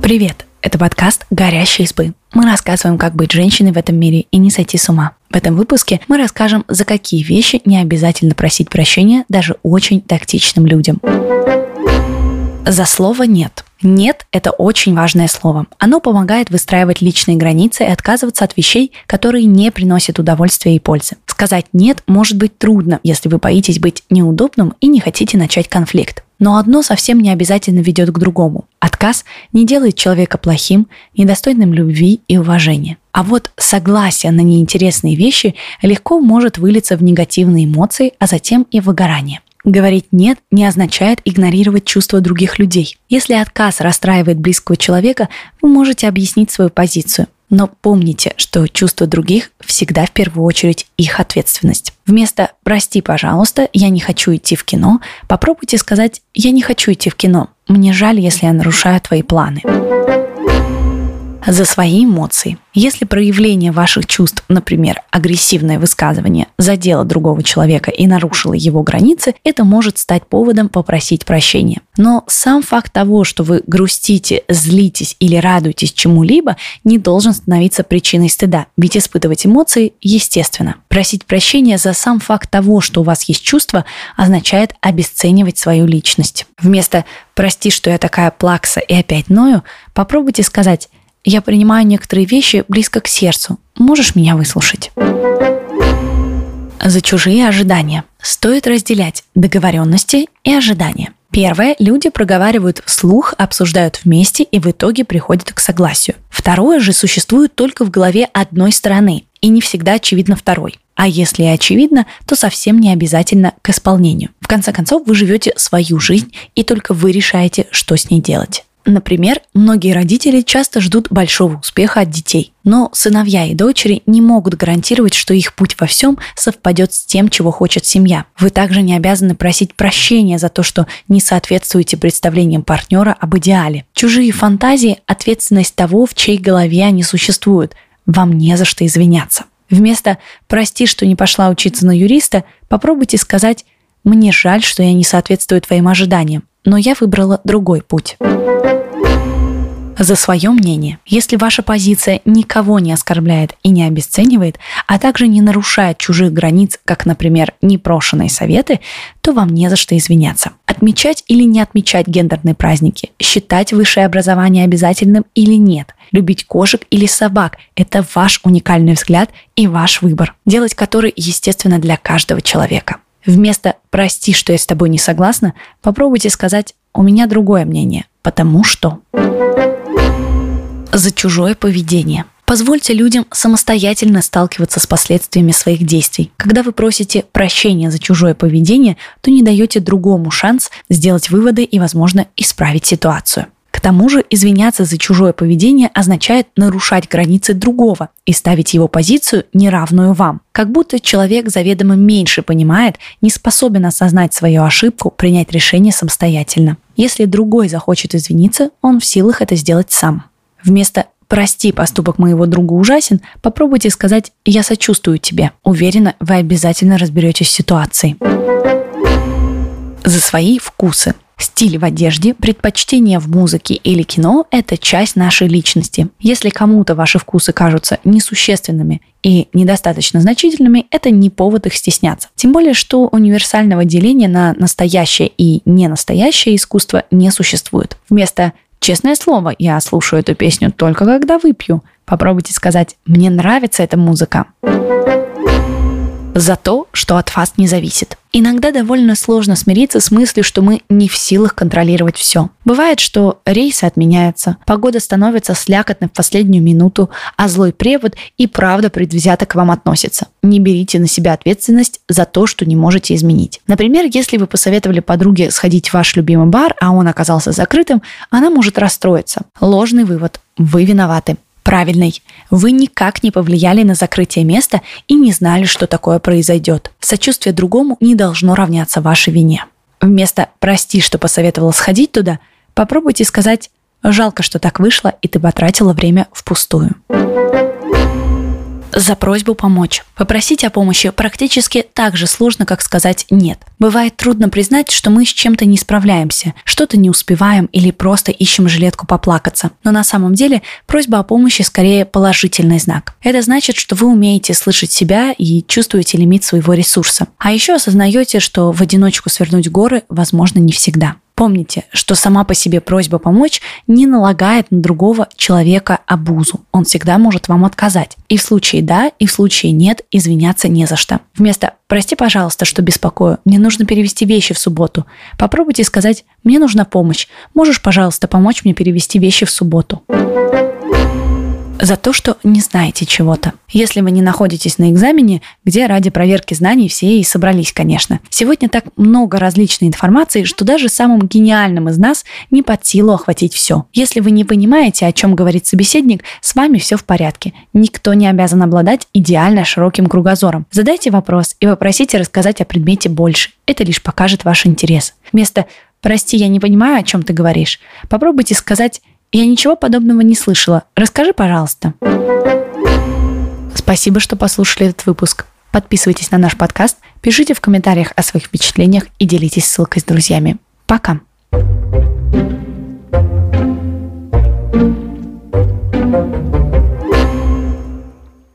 Привет! Это подкаст «Горящие избы». Мы рассказываем, как быть женщиной в этом мире и не сойти с ума. В этом выпуске мы расскажем, за какие вещи не обязательно просить прощения даже очень тактичным людям. За слово «нет». «Нет» — это очень важное слово. Оно помогает выстраивать личные границы и отказываться от вещей, которые не приносят удовольствия и пользы. Сказать «нет» может быть трудно, если вы боитесь быть неудобным и не хотите начать конфликт. Но одно совсем не обязательно ведет к другому. Отказ не делает человека плохим, недостойным любви и уважения. А вот согласие на неинтересные вещи легко может вылиться в негативные эмоции, а затем и выгорание. Говорить «нет» не означает игнорировать чувства других людей. Если отказ расстраивает близкого человека, вы можете объяснить свою позицию. Но помните, что чувства других всегда в первую очередь их ответственность. Вместо «прости, пожалуйста, я не хочу идти в кино», попробуйте сказать «я не хочу идти в кино. Мне жаль, если я нарушаю твои планы». За свои эмоции. Если проявление ваших чувств, например, агрессивное высказывание, задело другого человека и нарушило его границы, это может стать поводом попросить прощения. Но сам факт того, что вы грустите, злитесь или радуетесь чему-либо, не должен становиться причиной стыда, ведь испытывать эмоции естественно. Просить прощения за сам факт того, что у вас есть чувства, означает обесценивать свою личность. Вместо «прости, что я такая плакса и опять ною», попробуйте сказать «я принимаю некоторые вещи близко к сердцу. Можешь меня выслушать?» За чужие ожидания. Стоит разделять договоренности и ожидания. Первое, люди проговаривают вслух, обсуждают вместе и в итоге приходят к согласию. Второе же существует только в голове одной стороны и не всегда очевидно второй. А если и очевидно, то совсем не обязательно к исполнению. В конце концов, вы живете свою жизнь и только вы решаете, что с ней делать. Например, многие родители часто ждут большого успеха от детей, но сыновья и дочери не могут гарантировать, что их путь во всем совпадет с тем, чего хочет семья. Вы также не обязаны просить прощения за то, что не соответствуете представлениям партнера об идеале. Чужие фантазии – ответственность того, в чьей голове они существуют. Вам не за что извиняться. Вместо «прости, что не пошла учиться на юриста», попробуйте сказать «мне жаль, что я не соответствую твоим ожиданиям, но я выбрала другой путь». За свое мнение. Если ваша позиция никого не оскорбляет и не обесценивает, а также не нарушает чужих границ, как, например, непрошенные советы, то вам не за что извиняться. Отмечать или не отмечать гендерные праздники, считать высшее образование обязательным или нет, любить кошек или собак – это ваш уникальный взгляд и ваш выбор, делать который естественно для каждого человека. Вместо «прости, что я с тобой не согласна», попробуйте сказать «у меня другое мнение, потому что». За чужое поведение. Позвольте людям самостоятельно сталкиваться с последствиями своих действий. Когда вы просите прощения за чужое поведение, то не даете другому шанс сделать выводы и, возможно, исправить ситуацию. К тому же извиняться за чужое поведение означает нарушать границы другого и ставить его позицию неравную вам. Как будто человек заведомо меньше понимает, не способен осознать свою ошибку, принять решение самостоятельно. Если другой захочет извиниться, он в силах это сделать сам. Вместо «прости, поступок моего друга ужасен», попробуйте сказать «я сочувствую тебе». Уверена, вы обязательно разберетесь с ситуацией. За свои вкусы. Стиль в одежде, предпочтения в музыке или кино – это часть нашей личности. Если кому-то ваши вкусы кажутся несущественными и недостаточно значительными, это не повод их стесняться. Тем более, что универсального деления на настоящее и ненастоящее искусство не существует. Вместо «честное слово, я слушаю эту песню только когда выпью», попробуйте сказать «мне нравится эта музыка». За то, что от вас не зависит. Иногда довольно сложно смириться с мыслью, что мы не в силах контролировать все. Бывает, что рейсы отменяются, погода становится слякотной в последнюю минуту, а злой препод и правда предвзято к вам относится. Не берите на себя ответственность за то, что не можете изменить. Например, если вы посоветовали подруге сходить в ваш любимый бар, а он оказался закрытым, она может расстроиться. Ложный вывод. Вы виноваты. Правильный. Вы никак не повлияли на закрытие места и не знали, что такое произойдет. Сочувствие другому не должно равняться вашей вине. Вместо «прости, что посоветовала сходить туда», попробуйте сказать «жалко, что так вышло, и ты потратила время впустую». За просьбу помочь. Попросить о помощи практически так же сложно, как сказать «нет». Бывает трудно признать, что мы с чем-то не справляемся, что-то не успеваем или просто ищем жилетку поплакаться. Но на самом деле просьба о помощи скорее положительный знак. Это значит, что вы умеете слышать себя и чувствуете лимит своего ресурса. А еще осознаете, что в одиночку свернуть горы возможно не всегда. Помните, что сама по себе просьба помочь не налагает на другого человека обузу. Он всегда может вам отказать. И в случае да, и в случае нет, извиняться не за что. Вместо «прости, пожалуйста, что беспокою, мне нужно перевезти вещи в субботу», попробуйте сказать «мне нужна помощь, можешь, пожалуйста, помочь мне перевезти вещи в субботу». За то, что не знаете чего-то. Если вы не находитесь на экзамене, где ради проверки знаний все и собрались, конечно. Сегодня так много различной информации, что даже самым гениальным из нас не под силу охватить все. Если вы не понимаете, о чем говорит собеседник, с вами все в порядке. Никто не обязан обладать идеально широким кругозором. Задайте вопрос и попросите рассказать о предмете больше. Это лишь покажет ваш интерес. Вместо «прости, я не понимаю, о чем ты говоришь», попробуйте сказать «я ничего подобного не слышала. Расскажи, пожалуйста». Спасибо, что послушали этот выпуск. Подписывайтесь на наш подкаст, пишите в комментариях о своих впечатлениях и делитесь ссылкой с друзьями. Пока!